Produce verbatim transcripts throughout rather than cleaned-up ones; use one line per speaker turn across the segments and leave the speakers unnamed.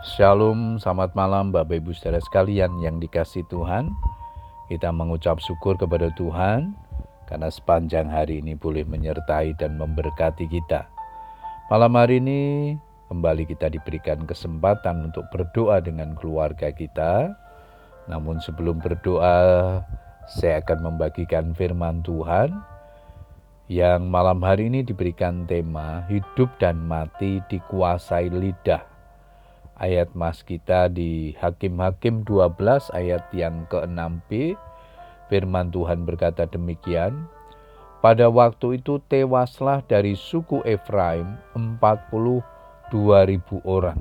Shalom, selamat malam Bapak Ibu saudara sekalian yang dikasihi Tuhan. Kita mengucap syukur kepada Tuhan karena sepanjang hari ini boleh menyertai dan memberkati kita. Malam hari ini kembali kita diberikan kesempatan untuk berdoa dengan keluarga kita. Namun sebelum berdoa, saya akan membagikan firman Tuhan yang malam hari ini diberikan tema hidup dan mati dikuasai lidah. Ayat mas kita di Hakim-Hakim dua belas ayat yang keenam b, firman Tuhan berkata demikian, pada waktu itu tewaslah dari suku Efraim empat puluh dua ribu orang.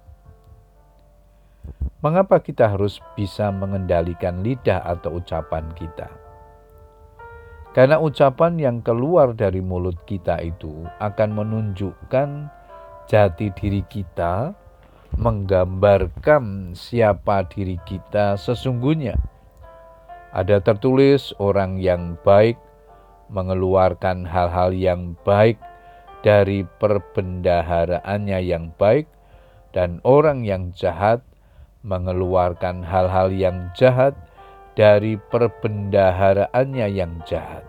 Mengapa kita harus bisa mengendalikan lidah atau ucapan kita? Karena ucapan yang keluar dari mulut kita itu akan menunjukkan jati diri kita, menggambarkan siapa diri kita sesungguhnya. Ada tertulis orang yang baik mengeluarkan hal-hal yang baik dari perbendaharaannya yang baik, dan orang yang jahat mengeluarkan hal-hal yang jahat dari perbendaharaannya yang jahat.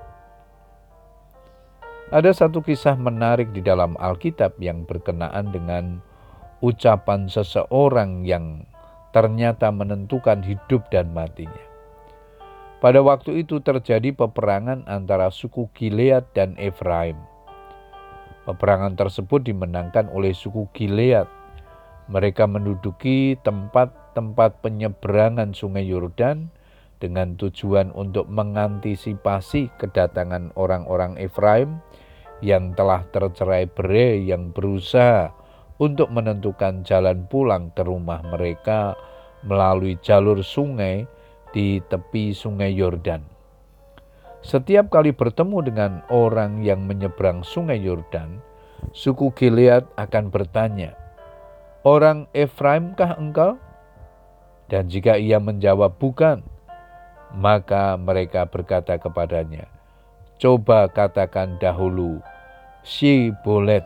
Ada satu kisah menarik di dalam Alkitab yang berkenaan dengan ucapan seseorang yang ternyata menentukan hidup dan matinya. Pada waktu itu terjadi peperangan antara suku Gilead dan Efraim. Peperangan tersebut dimenangkan oleh suku Gilead. Mereka menduduki tempat-tempat penyeberangan sungai Yordan dengan tujuan untuk mengantisipasi kedatangan orang-orang Efraim yang telah tercerai-berai, yang berusaha untuk menentukan jalan pulang ke rumah mereka melalui jalur sungai di tepi sungai Yordan. Setiap kali bertemu dengan orang yang menyeberang sungai Yordan, suku Gilead akan bertanya, "Orang Efraimkah engkau?" Dan jika ia menjawab bukan, maka mereka berkata kepadanya, "Coba katakan dahulu, Sibolet."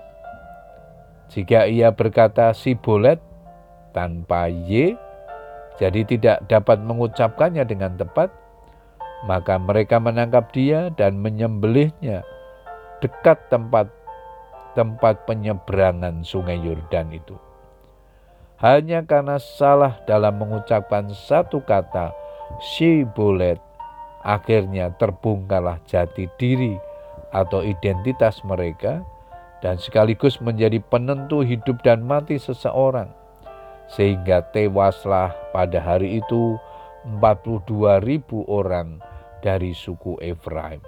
Jika ia berkata Sibolet tanpa Y, jadi tidak dapat mengucapkannya dengan tepat, maka mereka menangkap dia dan menyembelihnya dekat tempat tempat penyeberangan sungai Yordan itu. Hanya karena salah dalam mengucapkan satu kata Sibolet, akhirnya terbongkarlah jati diri atau identitas mereka, dan sekaligus menjadi penentu hidup dan mati seseorang, sehingga tewaslah pada hari itu empat puluh dua ribu orang dari suku Efraim.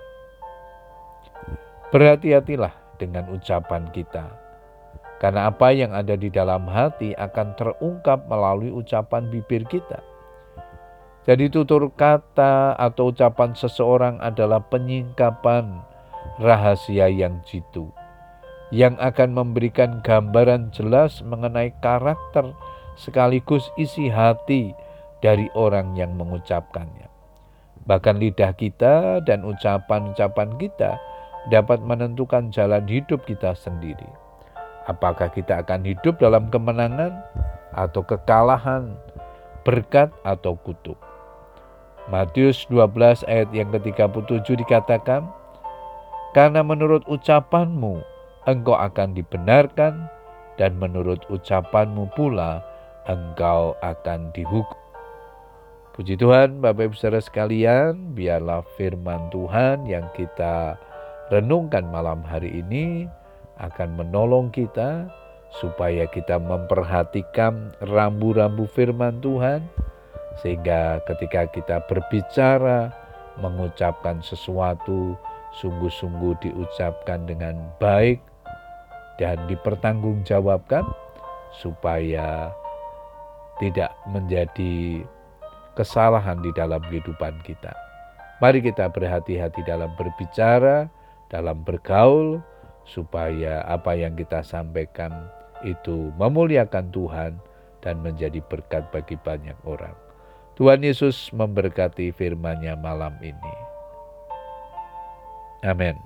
Berhati-hatilah dengan ucapan kita, karena apa yang ada di dalam hati akan terungkap melalui ucapan bibir kita. Jadi tutur kata atau ucapan seseorang adalah penyingkapan rahasia yang jitu, yang akan memberikan gambaran jelas mengenai karakter sekaligus isi hati dari orang yang mengucapkannya. Bahkan lidah kita dan ucapan-ucapan kita dapat menentukan jalan hidup kita sendiri. Apakah kita akan hidup dalam kemenangan atau kekalahan, berkat atau kutuk. Matius dua belas ayat yang ke tiga puluh tujuh dikatakan, "Karena menurut ucapanmu engkau akan dibenarkan, dan menurut ucapanmu pula engkau akan dihukum." Puji Tuhan, Bapak Ibu saudara sekalian, biarlah firman Tuhan yang kita renungkan malam hari ini akan menolong kita supaya kita memperhatikan rambu-rambu firman Tuhan, sehingga ketika kita berbicara, mengucapkan sesuatu, sungguh-sungguh diucapkan dengan baik dan dipertanggungjawabkan supaya tidak menjadi kesalahan di dalam kehidupan kita. Mari kita berhati-hati dalam berbicara, dalam bergaul, supaya apa yang kita sampaikan itu memuliakan Tuhan dan menjadi berkat bagi banyak orang. Tuhan Yesus memberkati firman-Nya malam ini. Amin.